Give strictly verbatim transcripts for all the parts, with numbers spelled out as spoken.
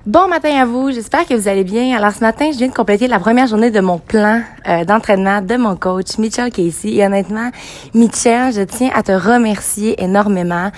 Bon matin à vous, j'espère que vous allez bien. Alors ce matin, je viens de compléter la première journée de mon plan euh, d'entraînement de mon coach, Mitchell Casey. Et honnêtement, Mitchell, je tiens à te remercier énormément.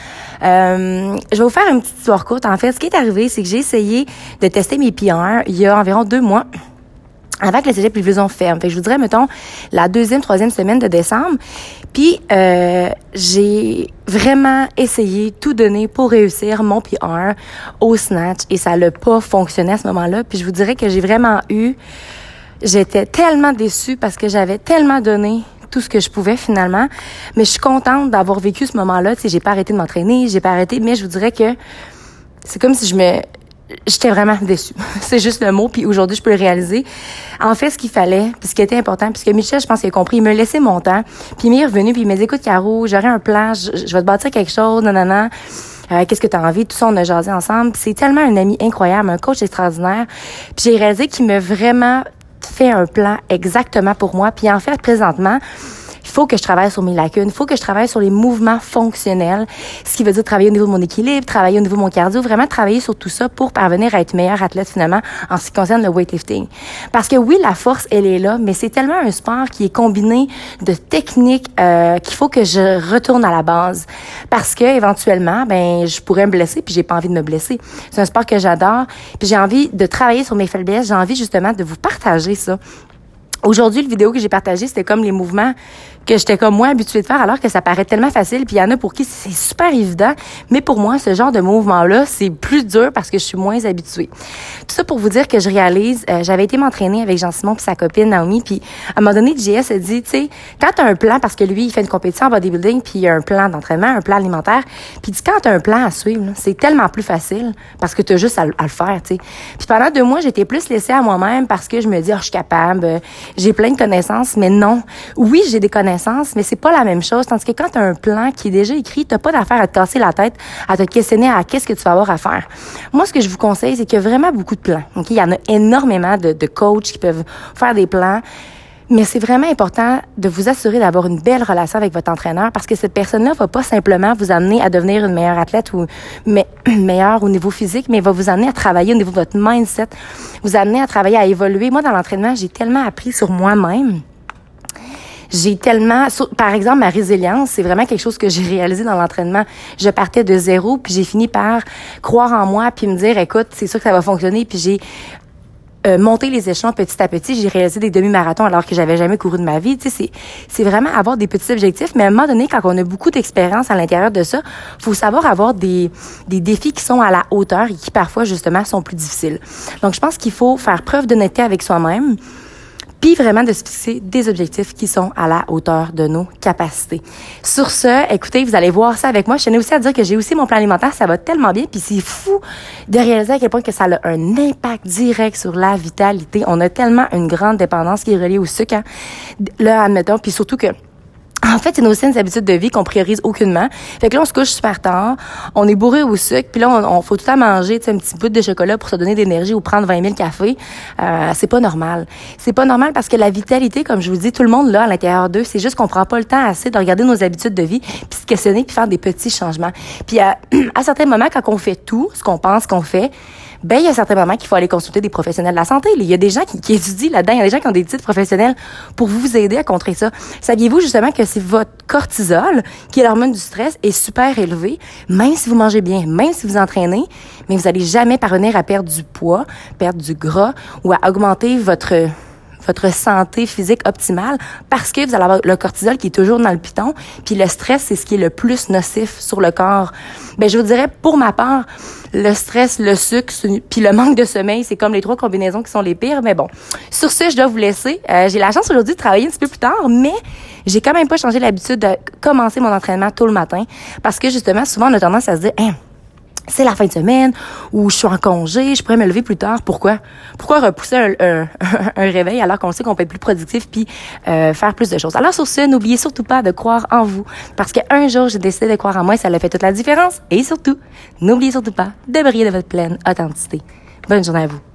Euh, je vais vous faire une petite histoire courte. En fait, ce qui est arrivé, c'est que j'ai essayé de tester mes P un il y a environ deux mois. Avant que le cégep Livraison ferme. Fait que je vous dirais, mettons, la deuxième, troisième semaine de décembre. Puis, euh, j'ai vraiment essayé tout donner pour réussir mon P un au snatch et ça n'a pas fonctionné à ce moment-là. Puis, je vous dirais que j'ai vraiment eu... J'étais tellement déçue parce que j'avais tellement donné tout ce que je pouvais finalement. Mais je suis contente d'avoir vécu ce moment-là. Tu sais, j'ai pas arrêté de m'entraîner, j'ai pas arrêté. Mais je vous dirais que c'est comme si je me... J'étais vraiment déçue. C'est juste le mot, puis aujourd'hui, je peux le réaliser. En fait, ce qu'il fallait, puis ce qui était important, puisque Michel, je pense qu'il a compris, il me laissait mon temps, puis il m'est revenu, puis il m'a dit, écoute, Caro, j'aurais un plan, je, je vais te bâtir quelque chose, nanana, euh, qu'est-ce que tu as envie, tout ça, on a jasé ensemble. Puis c'est tellement un ami incroyable, un coach extraordinaire, puis j'ai réalisé qu'il m'a vraiment fait un plan exactement pour moi, puis en fait, présentement, il faut que je travaille sur mes lacunes, il faut que je travaille sur les mouvements fonctionnels, ce qui veut dire travailler au niveau de mon équilibre, travailler au niveau de mon cardio, vraiment travailler sur tout ça pour parvenir à être meilleur athlète finalement en ce qui concerne le weightlifting. Parce que oui, la force, elle est là, mais c'est tellement un sport qui est combiné de techniques euh, qu'il faut que je retourne à la base. Parce que éventuellement, ben je pourrais me blesser, puis j'ai pas envie de me blesser. C'est un sport que j'adore, puis j'ai envie de travailler sur mes faiblesses, j'ai envie justement de vous partager ça. Aujourd'hui, le vidéo que j'ai partagé, c'était comme les mouvements que j'étais comme moi habituée de faire, alors que ça paraît tellement facile. Puis il y en a pour qui c'est super évident. Mais pour moi, ce genre de mouvement-là, c'est plus dur parce que je suis moins habituée. Tout ça pour vous dire que je réalise, euh, j'avais été m'entraîner avec Jean-Simon puis sa copine Naomi. Puis à un moment donné, J S a dit, tu sais, quand t'as un plan, parce que lui, il fait une compétition en bodybuilding, puis il y a un plan d'entraînement, un plan alimentaire. Puis il dit, quand t'as un plan à suivre, là, c'est tellement plus facile parce que t'as juste à, à le faire, tu sais. Puis pendant deux mois, j'étais plus laissée à moi-même parce que je me dis, oh, je suis capable, euh, j'ai plein de connaissances, mais non. Oui, j'ai des connaissances, mais c'est pas la même chose. Tandis que quand tu as un plan qui est déjà écrit, t'as pas d'affaire à te casser la tête, à te questionner à qu'est-ce que tu vas avoir à faire. Moi, ce que je vous conseille, c'est qu'il y a vraiment beaucoup de plans. Ok, il y en a énormément de, de coachs qui peuvent faire des plans. Mais c'est vraiment important de vous assurer d'avoir une belle relation avec votre entraîneur parce que cette personne-là va pas simplement vous amener à devenir une meilleure athlète ou mais, meilleure au niveau physique, mais va vous amener à travailler au niveau de votre mindset, vous amener à travailler, à évoluer. Moi, dans l'entraînement, j'ai tellement appris sur moi-même. J'ai tellement, par exemple, ma résilience, c'est vraiment quelque chose que j'ai réalisé dans l'entraînement. Je partais de zéro, puis j'ai fini par croire en moi, puis me dire, écoute, c'est sûr que ça va fonctionner, puis j'ai Euh, monter les échelons petit à petit. J'ai réalisé des demi-marathons alors que j'avais jamais couru de ma vie. Tu sais, c'est, c'est vraiment avoir des petits objectifs. Mais à un moment donné, quand on a beaucoup d'expérience à l'intérieur de ça, faut savoir avoir des, des défis qui sont à la hauteur et qui parfois, justement, sont plus difficiles. Donc, je pense qu'il faut faire preuve d'honnêteté avec soi-même. Puis vraiment de se fixer des objectifs qui sont à la hauteur de nos capacités. Sur ce, écoutez, vous allez voir ça avec moi. Je tenais aussi à dire que j'ai aussi mon plan alimentaire, ça va tellement bien. Puis c'est fou de réaliser à quel point que ça a un impact direct sur la vitalité. On a tellement une grande dépendance qui est reliée au sucre. Hein. Là, admettons, puis surtout que en fait, c'est nos saines habitudes de vie qu'on priorise aucunement. Fait que là, on se couche super tard, on est bourré au sucre, puis là, on, on faut tout à manger, tu sais, un petit bout de chocolat pour se donner d'énergie ou prendre vingt mille cafés. Euh, c'est pas normal. C'est pas normal parce que la vitalité, comme je vous dis, tout le monde là à l'intérieur d'eux, c'est juste qu'on prend pas le temps assez de regarder nos habitudes de vie, puis se questionner, puis faire des petits changements. Puis à, à certains moments, quand on fait tout ce qu'on pense qu'on fait, ben il y a certains moments qu'il faut aller consulter des professionnels de la santé. Il y a des gens qui, qui étudient là-dedans, il y a des gens qui ont des titres professionnels pour vous aider à contrer ça. Saviez-vous justement que si votre cortisol, qui est l'hormone du stress, est super élevé, même si vous mangez bien, même si vous entraînez, mais vous allez jamais parvenir à perdre du poids, perdre du gras ou à augmenter votre votre santé physique optimale parce que vous allez avoir le cortisol qui est toujours dans le piton, puis le stress, c'est ce qui est le plus nocif sur le corps. Ben je vous dirais, pour ma part, le stress, le sucre, puis le manque de sommeil, c'est comme les trois combinaisons qui sont les pires. Mais bon, sur ce, je dois vous laisser. Euh, j'ai la chance aujourd'hui de travailler un petit peu plus tard, mais j'ai quand même pas changé l'habitude de commencer mon entraînement tôt le matin parce que justement, souvent, on a tendance à se dire hein, c'est la fin de semaine ou je suis en congé, je pourrais me lever plus tard. Pourquoi? Pourquoi repousser un, un, un réveil alors qu'on sait qu'on peut être plus productif puis euh, faire plus de choses? Alors sur ce, n'oubliez surtout pas de croire en vous parce qu'un jour, j'ai décidé de croire en moi et ça a fait toute la différence. Et surtout, n'oubliez surtout pas de briller de votre pleine authenticité. Bonne journée à vous.